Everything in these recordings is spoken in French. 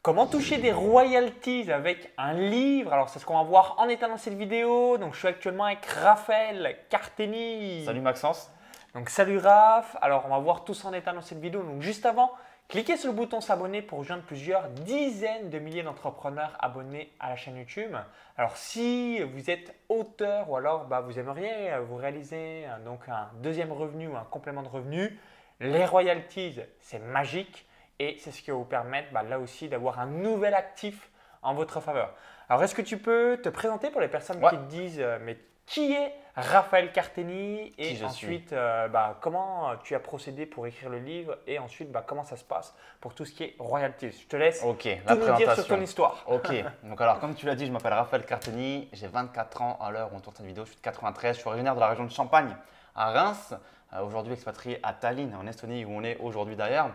Comment toucher des royalties avec un livre? Alors, c'est ce qu'on va voir en état dans cette vidéo. Donc, je suis actuellement avec Raphaël Carteni. Salut Maxence. Donc, salut Raph. Alors, on va voir tous en état dans cette vidéo. Donc, juste avant, cliquez sur le bouton s'abonner pour rejoindre plusieurs dizaines de milliers d'entrepreneurs abonnés à la chaîne YouTube. Alors, si vous êtes auteur ou alors vous aimeriez vous réaliser donc un deuxième revenu ou un complément de revenu, les royalties, c'est magique. Et c'est ce qui va vous permettre là aussi d'avoir un nouvel actif en votre faveur. Alors, est-ce que tu peux te présenter pour les personnes qui te disent mais qui est Raphaël Carteni et ensuite comment tu as procédé pour écrire le livre et ensuite comment ça se passe pour tout ce qui est royalties. Je te laisse tout nous dire sur ton histoire. Ok, donc alors comme tu l'as dit, je m'appelle Raphaël Carteni, j'ai 24 ans à l'heure où on tourne cette vidéo, je suis de 93, je suis originaire de la région de Champagne à Reims, aujourd'hui expatrié à Tallinn en Estonie où on est aujourd'hui d'ailleurs.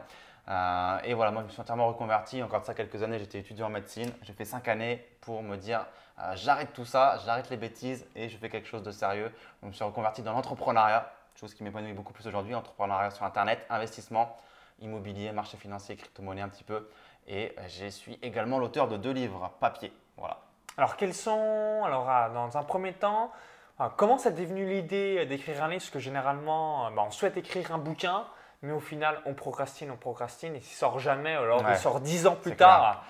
Et voilà, moi je me suis entièrement reconverti. Encore de ça quelques années, j'étais étudiant en médecine. J'ai fait 5 années pour me dire j'arrête tout ça, j'arrête les bêtises et je fais quelque chose de sérieux. Donc, je me suis reconverti dans l'entrepreneuriat, chose qui m'épanouit beaucoup plus aujourd'hui. Entrepreneuriat sur Internet, investissement, immobilier, marché financier, crypto-monnaie un petit peu. Et je suis également l'auteur de 2 livres papier. Voilà. Alors, dans un premier temps, comment ça t'est venu l'idée d'écrire un livre? Parce que généralement, on souhaite écrire un bouquin. Mais au final, on procrastine et il ne sort jamais. Alors, il sort 10 ans plus tard.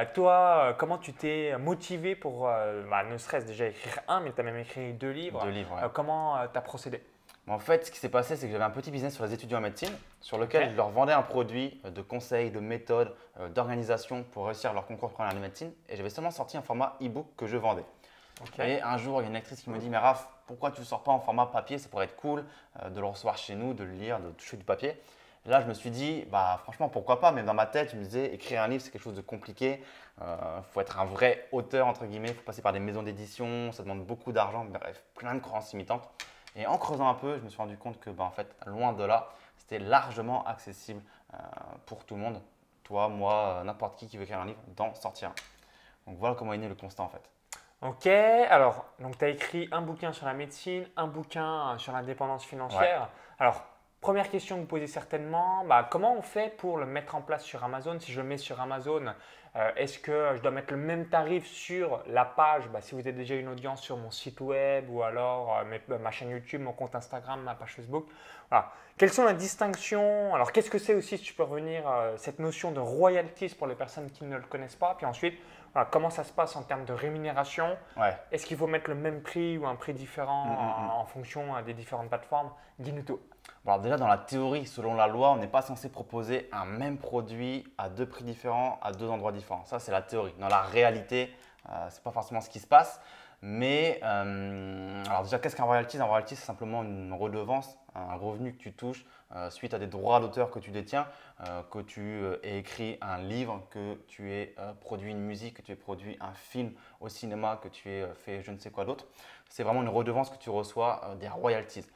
Toi, comment tu t'es motivé pour ne serait-ce déjà écrire un, mais tu as même écrit 2 livres. 2 livres, ouais. Comment tu as procédé? En fait, ce qui s'est passé, c'est que j'avais un petit business sur les étudiants en médecine sur lequel je leur vendais un produit de conseils, de méthodes, d'organisation pour réussir leur concours première de médecine. Et j'avais seulement sorti un format e-book que je vendais. Et un jour, il y a une lectrice qui me dit « Mais Raph, pourquoi tu ne sors pas en format papier? Ça pourrait être cool de le recevoir chez nous, de le lire, de toucher du papier. » Et là, je me suis dit « Franchement, pourquoi pas ?» Mais dans ma tête, je me disais « Écrire un livre, c'est quelque chose de compliqué. Faut être un vrai auteur, entre guillemets. Il faut passer par des maisons d'édition. Ça demande beaucoup d'argent. » Bref, plein de croyances limitantes. Et en creusant un peu, je me suis rendu compte que en fait, loin de là, c'était largement accessible pour tout le monde. Toi, moi, n'importe qui veut écrire un livre, d'en sortir un. Donc voilà comment est né le constat en fait. Ok, alors tu as écrit un bouquin sur la médecine, un bouquin sur l'indépendance financière. Ouais. Alors, première question que vous posez certainement, comment on fait pour le mettre en place sur Amazon? Si je le mets sur Amazon, est-ce que je dois mettre le même tarif sur la page? Si vous avez déjà une audience sur mon site web ou alors ma chaîne YouTube, mon compte Instagram, ma page Facebook. Voilà. Quelles sont les distinctions? Alors, qu'est-ce que c'est aussi, si tu peux revenir, cette notion de royalties pour les personnes qui ne le connaissent pas? Puis ensuite, comment ça se passe en termes de rémunération? Est-ce qu'il faut mettre le même prix ou un prix différent en fonction des différentes plateformes? Dis-nous tout. Alors déjà, dans la théorie, selon la loi, on n'est pas censé proposer un même produit à 2 prix différents, à 2 endroits différents. Ça, c'est la théorie. Dans la réalité, ce n'est pas forcément ce qui se passe. Mais alors déjà, qu'est-ce qu'un royalty? Un royalty, c'est simplement une redevance, un revenu que tu touches suite à des droits d'auteur que tu détiens, que tu aies écrit un livre, que tu aies produit une musique, que tu aies produit un film au cinéma, que tu aies fait je ne sais quoi d'autre. C'est vraiment une redevance que tu reçois des royalties.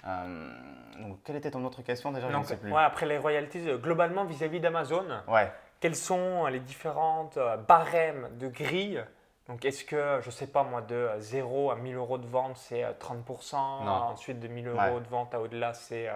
Donc, quelle était ton autre question déjà? Je ne sais plus. Après les royalties, globalement vis-à-vis d'Amazon, quels sont les différentes barèmes de grille? Donc, est-ce que, je ne sais pas moi, de 0 à 1000 euros de vente, c'est 30%? Ensuite, de 1000 euros de vente à au-delà, c'est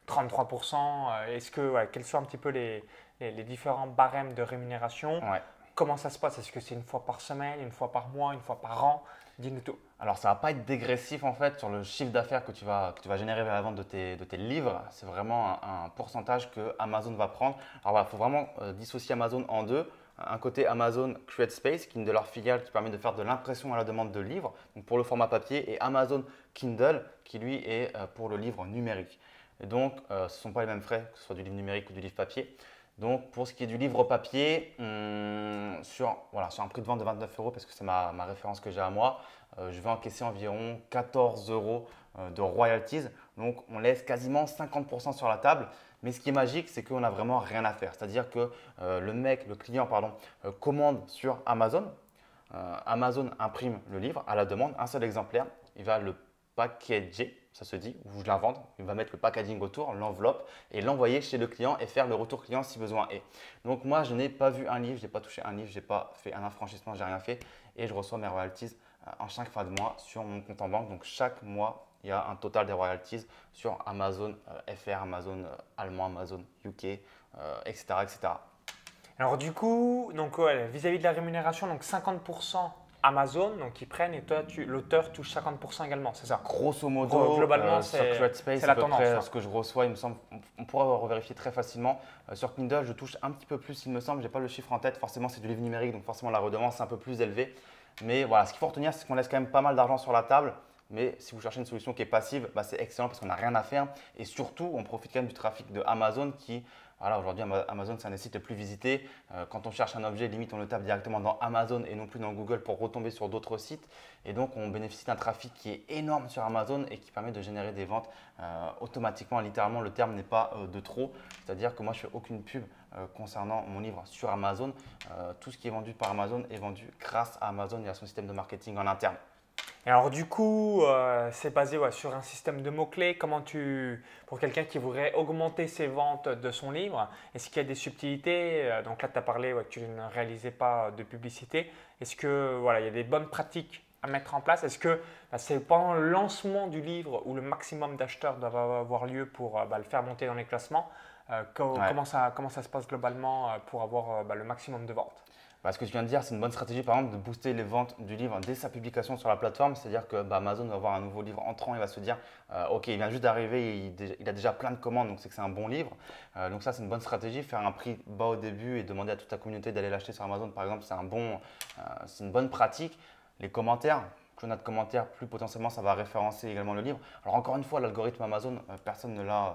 33%. Quels sont un petit peu les différents barèmes de rémunération? Comment ça se passe? Est-ce que c'est une fois par semaine, une fois par mois, une fois par an? Dis-nous tout. Alors, ça ne va pas être dégressif en fait sur le chiffre d'affaires que tu vas générer vers la vente de tes livres. C'est vraiment un pourcentage que Amazon va prendre. Alors, il faut vraiment dissocier Amazon en deux. Un côté Amazon CreateSpace, qui est une de leurs filiales qui permet de faire de l'impression à la demande de livres, donc pour le format papier, et Amazon Kindle, qui lui est pour le livre numérique. Et donc, ce ne sont pas les mêmes frais, que ce soit du livre numérique ou du livre papier. Donc, pour ce qui est du livre papier, sur un prix de vente de 29 euros, parce que c'est ma référence que j'ai à moi, je vais encaisser environ 14 euros de royalties. Donc, on laisse quasiment 50% sur la table. Mais ce qui est magique, c'est qu'on n'a vraiment rien à faire. C'est-à-dire que le client, commande sur Amazon. Amazon imprime le livre à la demande, un seul exemplaire. Il va le packager, ça se dit, ou je l'invente. Il va mettre le packaging autour, l'enveloppe et l'envoyer chez le client et faire le retour client si besoin est. Donc moi, je n'ai pas vu un livre, je n'ai pas touché un livre, je n'ai pas fait un affranchissement, je n'ai rien fait et je reçois mes royalties en chaque fin de mois sur mon compte en banque. Donc chaque mois, il y a un total des royalties sur Amazon FR, Amazon allemand, Amazon UK, etc., etc. Alors du coup, donc ouais, vis-à-vis de la rémunération, donc 50% Amazon, donc ils prennent et toi, l'auteur touche 50% également, c'est ça? Grosso modo, Globalement, sur CreateSpace, c'est c'est à la peu tendance, près hein. ce que je reçois, il me semble. On pourra revérifier très facilement. Sur Kindle, je touche un petit peu plus, il me semble. Je n'ai pas le chiffre en tête. Forcément, c'est du livre numérique, donc forcément, la redevance est un peu plus élevée. Mais voilà, ce qu'il faut retenir, c'est qu'on laisse quand même pas mal d'argent sur la table. Mais si vous cherchez une solution qui est passive, bah, c'est excellent parce qu'on n'a rien à faire. Et surtout, on profite quand même du trafic de Amazon qui, voilà, aujourd'hui, Amazon, c'est un des sites les plus visités. Quand on cherche un objet, limite, on le tape directement dans Amazon et non plus dans Google pour retomber sur d'autres sites. Et donc, on bénéficie d'un trafic qui est énorme sur Amazon et qui permet de générer des ventes automatiquement. Littéralement, le terme n'est pas de trop. C'est-à-dire que moi, je ne fais aucune pub concernant mon livre sur Amazon. Tout ce qui est vendu par Amazon est vendu grâce à Amazon et à son système de marketing en interne. Et alors du coup, c'est basé sur un système de mots-clés. Pour quelqu'un qui voudrait augmenter ses ventes de son livre, est-ce qu'il y a des subtilités? Donc là, tu as parlé que tu ne réalisais pas de publicité. Est-ce que voilà, il y a des bonnes pratiques à mettre en place? Est-ce que c'est pendant le lancement du livre où le maximum d'acheteurs doivent avoir lieu pour le faire monter dans les classements? Ouais. Comment ça se passe globalement pour avoir le maximum de ventes? Bah, ce que tu viens de dire, c'est une bonne stratégie, par exemple, de booster les ventes du livre dès sa publication sur la plateforme. C'est-à-dire que Amazon va voir un nouveau livre entrant et va se dire OK, il vient juste d'arriver, il a déjà plein de commandes, donc c'est que c'est un bon livre. Donc, ça, c'est une bonne stratégie. Faire un prix bas au début et demander à toute ta communauté d'aller l'acheter sur Amazon, par exemple, c'est une bonne pratique. Les commentaires, plus on a de commentaires, plus potentiellement ça va référencer également le livre. Alors, encore une fois, l'algorithme Amazon, personne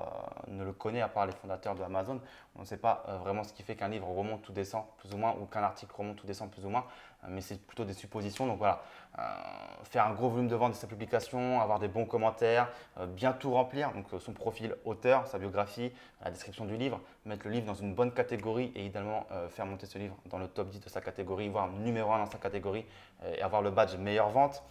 ne le connaît à part les fondateurs de Amazon. On ne sait pas vraiment ce qui fait qu'un livre remonte ou descend plus ou moins ou qu'un article remonte ou descend plus ou moins, mais c'est plutôt des suppositions. Donc voilà, faire un gros volume de vente de sa publication, avoir des bons commentaires, bien tout remplir, donc son profil auteur, sa biographie, la description du livre, mettre le livre dans une bonne catégorie et idéalement faire monter ce livre dans le top 10 de sa catégorie, voire numéro 1 dans sa catégorie et avoir le badge meilleure vente.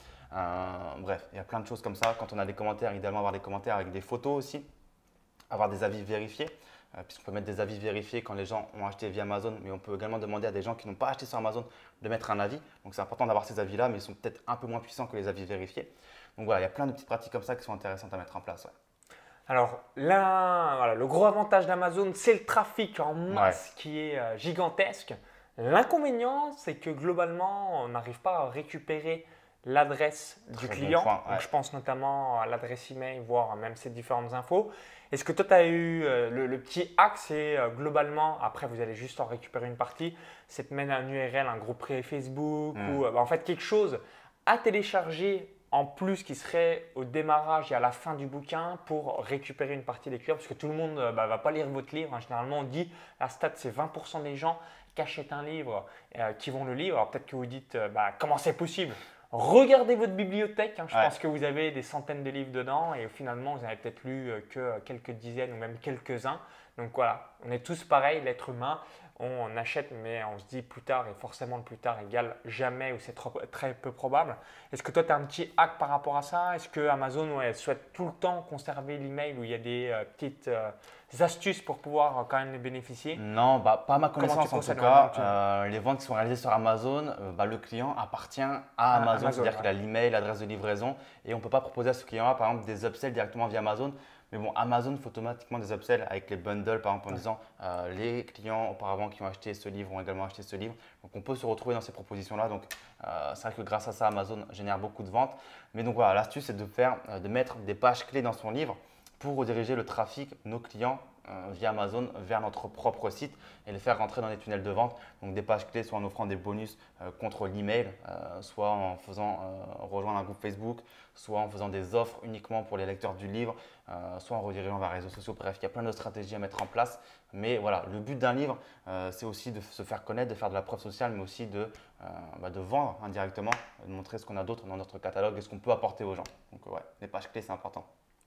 Bref, il y a plein de choses comme ça. Quand on a des commentaires, idéalement avoir des commentaires avec des photos aussi, avoir des avis vérifiés. Puisqu'on peut mettre des avis vérifiés quand les gens ont acheté via Amazon, mais on peut également demander à des gens qui n'ont pas acheté sur Amazon de mettre un avis. Donc c'est important d'avoir ces avis-là, mais ils sont peut-être un peu moins puissants que les avis vérifiés. Donc voilà, il y a plein de petites pratiques comme ça qui sont intéressantes à mettre en place. Ouais. Alors là, voilà, le gros avantage d'Amazon, c'est le trafic en Ouais, masse qui est gigantesque. L'inconvénient, c'est que globalement, on n'arrive pas à récupérer l'adresse du très bon client. point. Donc, Ouais. je pense notamment à l'adresse email, voire même ces différentes infos. Est-ce que toi, tu as eu le petit hack, c'est globalement, après vous allez juste en récupérer une partie, c'est de mettre un URL, un groupe privé Facebook ou en fait quelque chose à télécharger en plus qui serait au démarrage et à la fin du bouquin pour récupérer une partie des clients parce que tout le monde ne va pas lire votre livre, hein. Généralement, on dit la stat, c'est 20% des gens qui achètent un livre qui vont le lire. Alors peut-être que vous dites comment c'est possible? Regardez votre bibliothèque, hein. Je Ouais. pense que vous avez des centaines de livres dedans et finalement, vous n'avez peut-être lu que quelques dizaines ou même quelques-uns. Donc voilà, on est tous pareils, l'être humain, on achète mais on se dit plus tard et forcément le plus tard égale jamais ou c'est très peu probable. Est-ce que toi, tu as un petit hack par rapport à ça? Est-ce que Amazon souhaite tout le temps conserver l'email où il y a des petites astuces pour pouvoir quand même les bénéficier? Non, pas à ma Comment tu connaissance en tout procèdes cas. vraiment? Les ventes qui sont réalisées sur Amazon, le client appartient à Amazon, Amazon, c'est-à-dire qu'il ouais. a l'email, l'adresse de livraison et on ne peut pas proposer à ce client-là par exemple des upsells directement via Amazon. Mais bon, Amazon fait automatiquement des upsells avec les bundles par exemple en disant les clients auparavant qui ont acheté ce livre ont également acheté ce livre. Donc on peut se retrouver dans ces propositions-là. Donc c'est vrai que grâce à ça, Amazon génère beaucoup de ventes. Mais donc voilà, l'astuce c'est de mettre des pages clés dans son livre pour rediriger le trafic, nos clients via Amazon vers notre propre site et les faire rentrer dans les tunnels de vente. Donc des pages clés, soit en offrant des bonus contre l'email, soit en faisant rejoindre un groupe Facebook, soit en faisant des offres uniquement pour les lecteurs du livre, soit en redirigeant vers les réseaux sociaux. Bref, il y a plein de stratégies à mettre en place. Mais voilà, le but d'un livre, c'est aussi de se faire connaître, de faire de la preuve sociale, mais aussi de vendre indirectement, de montrer ce qu'on a d'autre dans notre catalogue et ce qu'on peut apporter aux gens. Donc ouais, les pages clés, c'est important.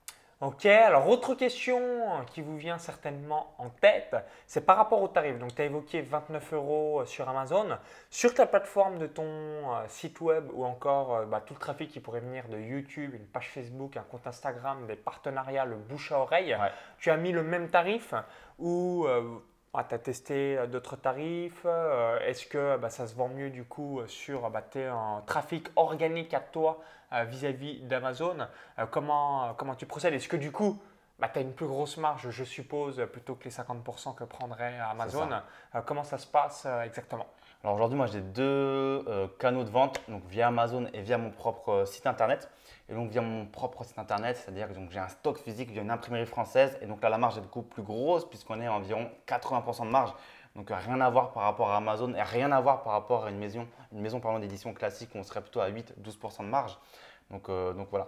Ok, alors autre question qui vous vient certainement en tête, c'est par rapport au tarif. Donc tu as évoqué 29 euros sur Amazon. Sur ta plateforme de ton site web ou encore tout le trafic qui pourrait venir de YouTube, une page Facebook, un compte Instagram, des partenariats, le bouche à oreille, Ouais. tu as mis le même tarif ou tu as testé d'autres tarifs? Est-ce que ça se vend mieux du coup sur tes trafic organique à toi vis-à-vis d'Amazon? Comment tu procèdes? Est-ce que du coup, bah, tu as une plus grosse marge, je suppose, plutôt que les 50% que prendrait Amazon. Comment ça se passe exactement? Alors aujourd'hui, moi j'ai deux canaux de vente, donc via Amazon et via mon propre site internet. Et donc via mon propre site internet, c'est-à-dire que j'ai un stock physique via une imprimerie française. Et donc là, la marge est beaucoup plus grosse puisqu'on est à environ 80% de marge. Donc rien à voir par rapport à Amazon et rien à voir par rapport à une maison pardon, d'édition classique où on serait plutôt à 8-12% de marge. Donc voilà.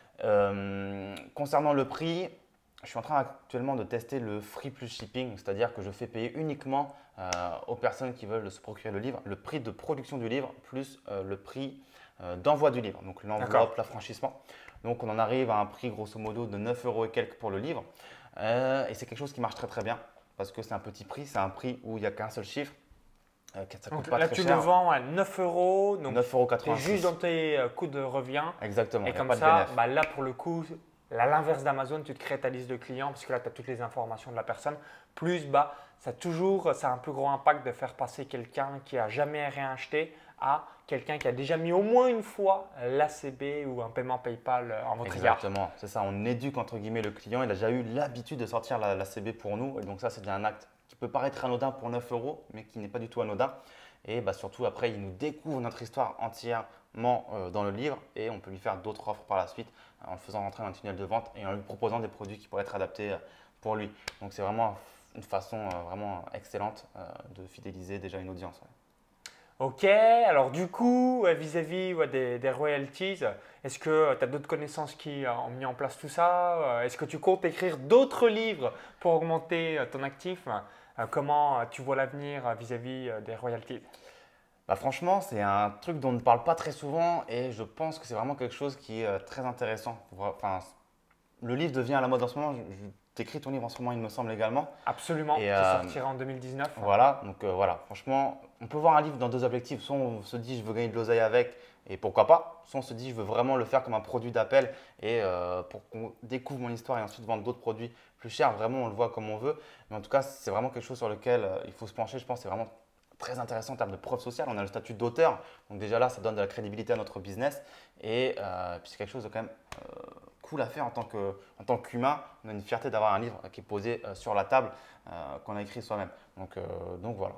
Concernant le prix, je suis en train actuellement de tester le free plus shipping, c'est-à-dire que je fais payer uniquement aux personnes qui veulent se procurer le livre le prix de production du livre plus le prix d'envoi du livre, donc l'enveloppe, l'affranchissement. Donc on en arrive à un prix grosso modo de 9 euros et quelques pour le livre. Et c'est quelque chose qui marche très très bien parce que c'est un petit prix, c'est un prix où il n'y a qu'un seul chiffre. Ça Donc coûte pas là, très tu cher. le vends à 9 euros. Donc 9,86 tu es juste dans tes coûts de revient. Exactement. Et il y a comme pas de ça, bénéf. bah, là, pour le coup, à l'inverse d'Amazon, tu te crées ta liste de clients parce que là, tu as toutes les informations de la personne. Plus, bah, ça a un plus gros impact de faire passer quelqu'un qui a jamais rien acheté à quelqu'un qui a déjà mis au moins une fois l'ACB ou un paiement PayPal en votre égard. Exactement, c'est ça. On éduque entre guillemets le client. Il a déjà eu l'habitude de sortir la CB pour nous. Et donc ça, c'est déjà un acte qui peut paraître anodin pour 9 euros, mais qui n'est pas du tout anodin. Et bah, surtout, après, il nous découvre notre histoire entièrement dans le livre et on peut lui faire d'autres offres par la suite en le faisant rentrer dans un tunnel de vente et en lui proposant des produits qui pourraient être adaptés pour lui. Donc c'est vraiment une façon vraiment excellente de fidéliser déjà une audience. Ouais. Ok, alors du coup, vis-à-vis des royalties, est-ce que tu as d'autres connaissances qui ont mis en place tout ça? Est-ce que tu comptes écrire d'autres livres pour augmenter ton actif? Comment tu vois l'avenir vis-à-vis des royalties? Bah, franchement, c'est un truc dont on ne parle pas très souvent et je pense que c'est vraiment quelque chose qui est très intéressant. Enfin, le livre devient à la mode en ce moment. T'écris ton livre en ce moment, il me semble également. Absolument, Et qui sortira en 2019. voilà, donc voilà, franchement, on peut voir un livre dans deux objectifs. Soit on se dit je veux gagner de l'oseille avec et pourquoi pas. Soit on se dit je veux vraiment le faire comme un produit d'appel et pour qu'on découvre mon histoire et ensuite vendre d'autres produits plus chers. Vraiment, on le voit comme on veut. Mais en tout cas, c'est vraiment quelque chose sur lequel il faut se pencher. Je pense que c'est vraiment très intéressant en termes de preuve sociale. On a le statut d'auteur, donc déjà là, ça donne de la crédibilité à notre business et puis c'est quelque chose de quand même cool à faire en tant qu'humain. On a une fierté d'avoir un livre qui est posé sur la table, qu'on a écrit soi-même. Donc voilà.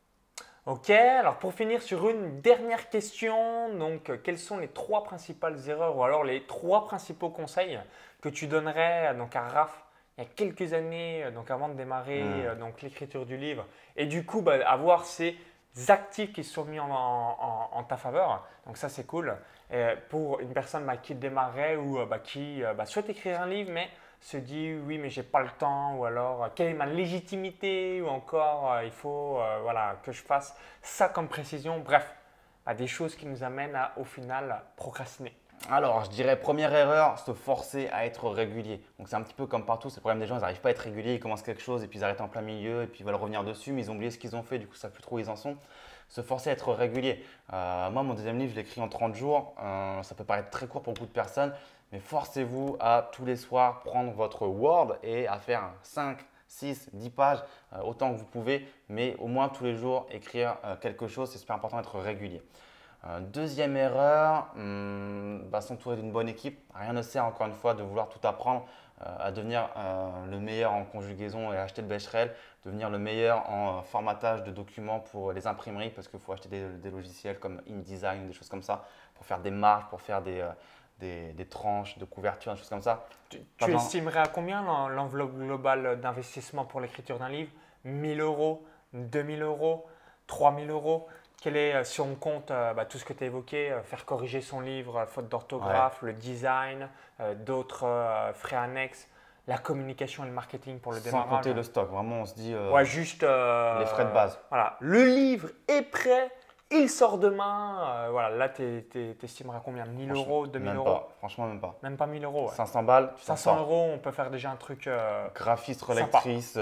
Ok, alors pour finir sur une dernière question, donc quelles sont les trois principales erreurs ou alors les trois principaux conseils que tu donnerais donc à Raph il y a quelques années, donc avant de démarrer donc l'écriture du livre et du coup bah, avoir ces actifs qui se sont mis en ta faveur. Donc ça c'est cool. Pour une personne bah, qui démarrait ou bah, qui bah, souhaite écrire un livre mais se dit oui mais j'ai pas le temps ou alors quelle est ma légitimité ou encore il faut voilà, que je fasse ça comme précision. Bref, bah, des choses qui nous amènent à au final procrastiner. Alors, je dirais première erreur, se forcer à être régulier. Donc, c'est un petit peu comme partout, c'est le problème des gens, ils n'arrivent pas à être réguliers, ils commencent quelque chose et puis ils arrêtent en plein milieu et puis ils veulent revenir dessus, mais ils ont oublié ce qu'ils ont fait, du coup, ils ne savent plus trop où ils en sont. Se forcer à être régulier. Moi, mon deuxième livre, je l'ai écrit en 30 jours. Ça peut paraître très court pour beaucoup de personnes, mais forcez-vous à tous les soirs prendre votre Word et à faire 5, 6, 10 pages, autant que vous pouvez, mais au moins tous les jours écrire quelque chose. C'est super important d'être régulier. Deuxième erreur, s'entourer d'une bonne équipe. Rien ne sert encore une fois de vouloir tout apprendre, à devenir le meilleur en conjugaison et acheter le Becherel, devenir le meilleur en formatage de documents pour les imprimeries parce qu'il faut acheter des logiciels comme InDesign, des choses comme ça, pour faire des marges, pour faire des tranches de couverture, des choses comme ça. Tu estimerais à combien l'enveloppe globale d'investissement pour l'écriture d'un livre? 1000 euros, 2000 euros, 3000 euros? Quel est, si on compte bah, tout ce que tu as évoqué, faire corriger son livre, faute d'orthographe, le design, d'autres frais annexes, la communication et le marketing pour le démarrage? Sans compter le stock, vraiment on se dit ouais, juste les frais de base. Voilà, le livre est prêt, il sort demain. Voilà, là, tu estimerais combien? 1000 euros, 2000 même euros? pas, franchement, même pas. Même pas 1000 euros. Ouais. 500 balles, 500 euros, on peut faire déjà un truc. Graphiste, sympa. relectrice,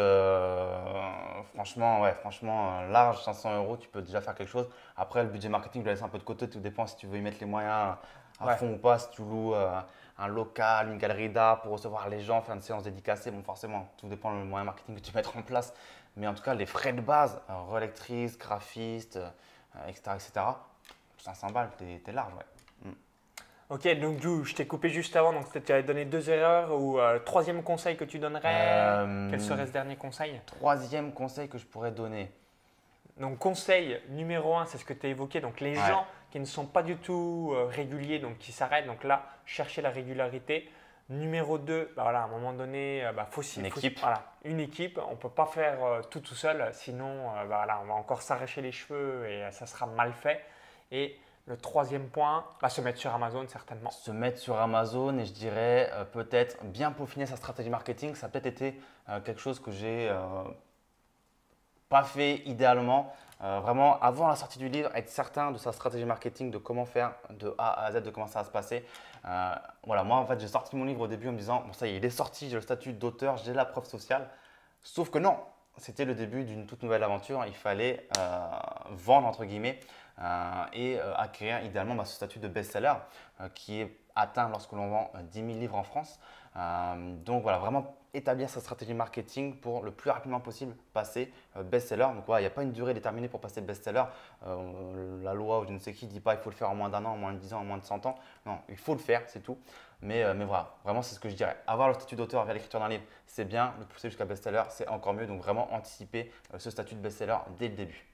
franchement, large, 500 euros, tu peux déjà faire quelque chose. Après, le budget marketing, je le laisse un peu de côté, tout dépend si tu veux y mettre les moyens à fond ou pas. Si tu loues un local, une galerie d'art pour recevoir les gens, faire une séance dédicacée, bon, forcément, tout dépend du moyen marketing que tu mettras en place. Mais en tout cas, les frais de base, relectrice, graphiste, etc., 500 balles, t'es large, ouais. Ok, donc je t'ai coupé juste avant, donc tu avais donné 2 erreurs ou troisième conseil que tu donnerais, quel serait ce dernier conseil? Troisième conseil que je pourrais donner. Donc conseil numéro 1, c'est ce que tu as évoqué, donc les Ouais. gens qui ne sont pas du tout réguliers, donc qui s'arrêtent, donc là, chercher la régularité. Numéro 2, bah voilà, à un moment donné, Une équipe. voilà, une équipe, on ne peut pas faire tout seul, sinon bah voilà, on va encore s'arracher les cheveux et ça sera mal fait. Et le troisième point, se mettre sur Amazon certainement. Se mettre sur Amazon et je dirais peut-être bien peaufiner sa stratégie marketing. Ça a peut-être été quelque chose que j'ai pas fait idéalement. Vraiment, avant la sortie du livre, être certain de sa stratégie marketing, de comment faire de A à Z, de comment ça va se passer. Voilà, moi en fait, j'ai sorti mon livre au début en me disant, bon ça y est, il est sorti, j'ai le statut d'auteur, j'ai la preuve sociale. Sauf que non, c'était le début d'une toute nouvelle aventure. Il fallait vendre entre guillemets et acquérir idéalement ce statut de best-seller qui est atteint lorsque l'on vend 10 000 livres en France. Donc voilà, vraiment établir sa stratégie marketing pour le plus rapidement possible passer best-seller. Donc voilà, il n'y a pas une durée déterminée pour passer best-seller. La loi ou je ne sais qui ne dit pas il faut le faire en moins d'un an, en moins de 10 ans, en moins de 100 ans. Non, il faut le faire, c'est tout. Mais voilà, vraiment c'est ce que je dirais. Avoir le statut d'auteur via l'écriture d'un livre, c'est bien. Le pousser jusqu'à best-seller, c'est encore mieux. Donc vraiment anticiper ce statut de best-seller dès le début.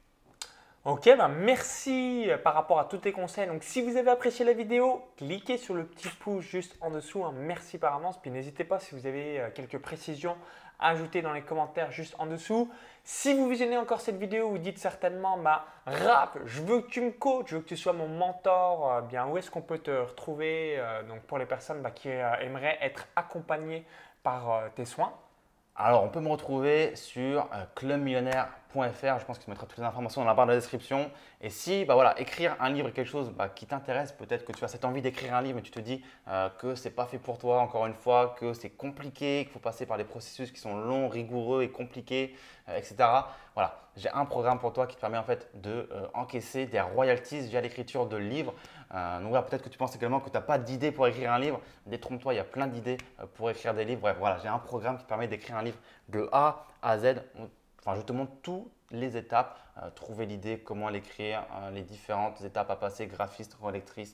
Ok, merci par rapport à tous tes conseils. Donc, si vous avez apprécié la vidéo, cliquez sur le petit pouce juste en dessous. Merci par avance. Puis, n'hésitez pas si vous avez quelques précisions à ajouter dans les commentaires juste en dessous. Si vous visionnez encore cette vidéo, vous dites certainement Raph, je veux que tu me coaches, je veux que tu sois mon mentor. Bien, où est-ce qu'on peut te retrouver donc pour les personnes qui aimeraient être accompagnées par tes soins? Alors, on peut me retrouver sur clubmillionnaire.fr. Je pense qu'il se mettra toutes les informations dans la barre de la description. Et si, voilà, écrire un livre est quelque chose qui t'intéresse, peut-être que tu as cette envie d'écrire un livre, mais tu te dis que ce n'est pas fait pour toi, encore une fois, que c'est compliqué, qu'il faut passer par des processus qui sont longs, rigoureux et compliqués, etc. Voilà, j'ai un programme pour toi qui te permet en fait de encaisser des royalties via l'écriture de livres. Donc voilà, peut-être que tu penses également que tu n'as pas d'idée pour écrire un livre. Détrompe-toi, il y a plein d'idées pour écrire des livres. Bref, voilà, j'ai un programme qui te permet d'écrire un livre de A à Z. Enfin, je te montre toutes les étapes, trouver l'idée, comment l'écrire, les différentes étapes à passer, graphiste, relectrice,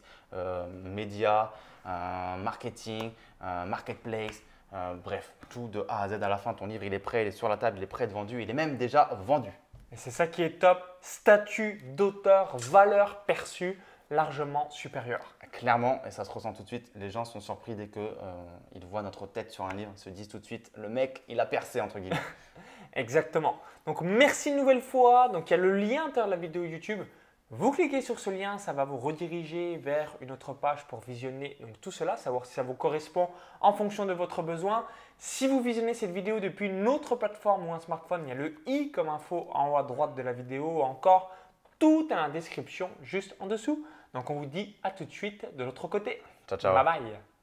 médias, marketing, marketplace. Bref, tout de A à Z à la fin, ton livre il est prêt, il est sur la table, il est prêt à être vendu, il est même déjà vendu. Et c'est ça qui est top. Statut d'auteur, valeur perçue largement supérieure. Clairement, et ça se ressent tout de suite, les gens sont surpris dès qu'ils voient notre tête sur un livre, ils se disent tout de suite, le mec, il a percé entre guillemets. Exactement. Donc merci une nouvelle fois. Donc il y a le lien de la vidéo YouTube. Vous cliquez sur ce lien, ça va vous rediriger vers une autre page pour visionner donc, tout cela, savoir si ça vous correspond en fonction de votre besoin. Si vous visionnez cette vidéo depuis une autre plateforme ou un smartphone, il y a le i comme info en haut à droite de la vidéo ou encore tout dans la description juste en dessous. Donc on vous dit à tout de suite de l'autre côté. Ciao, ciao. Bye bye.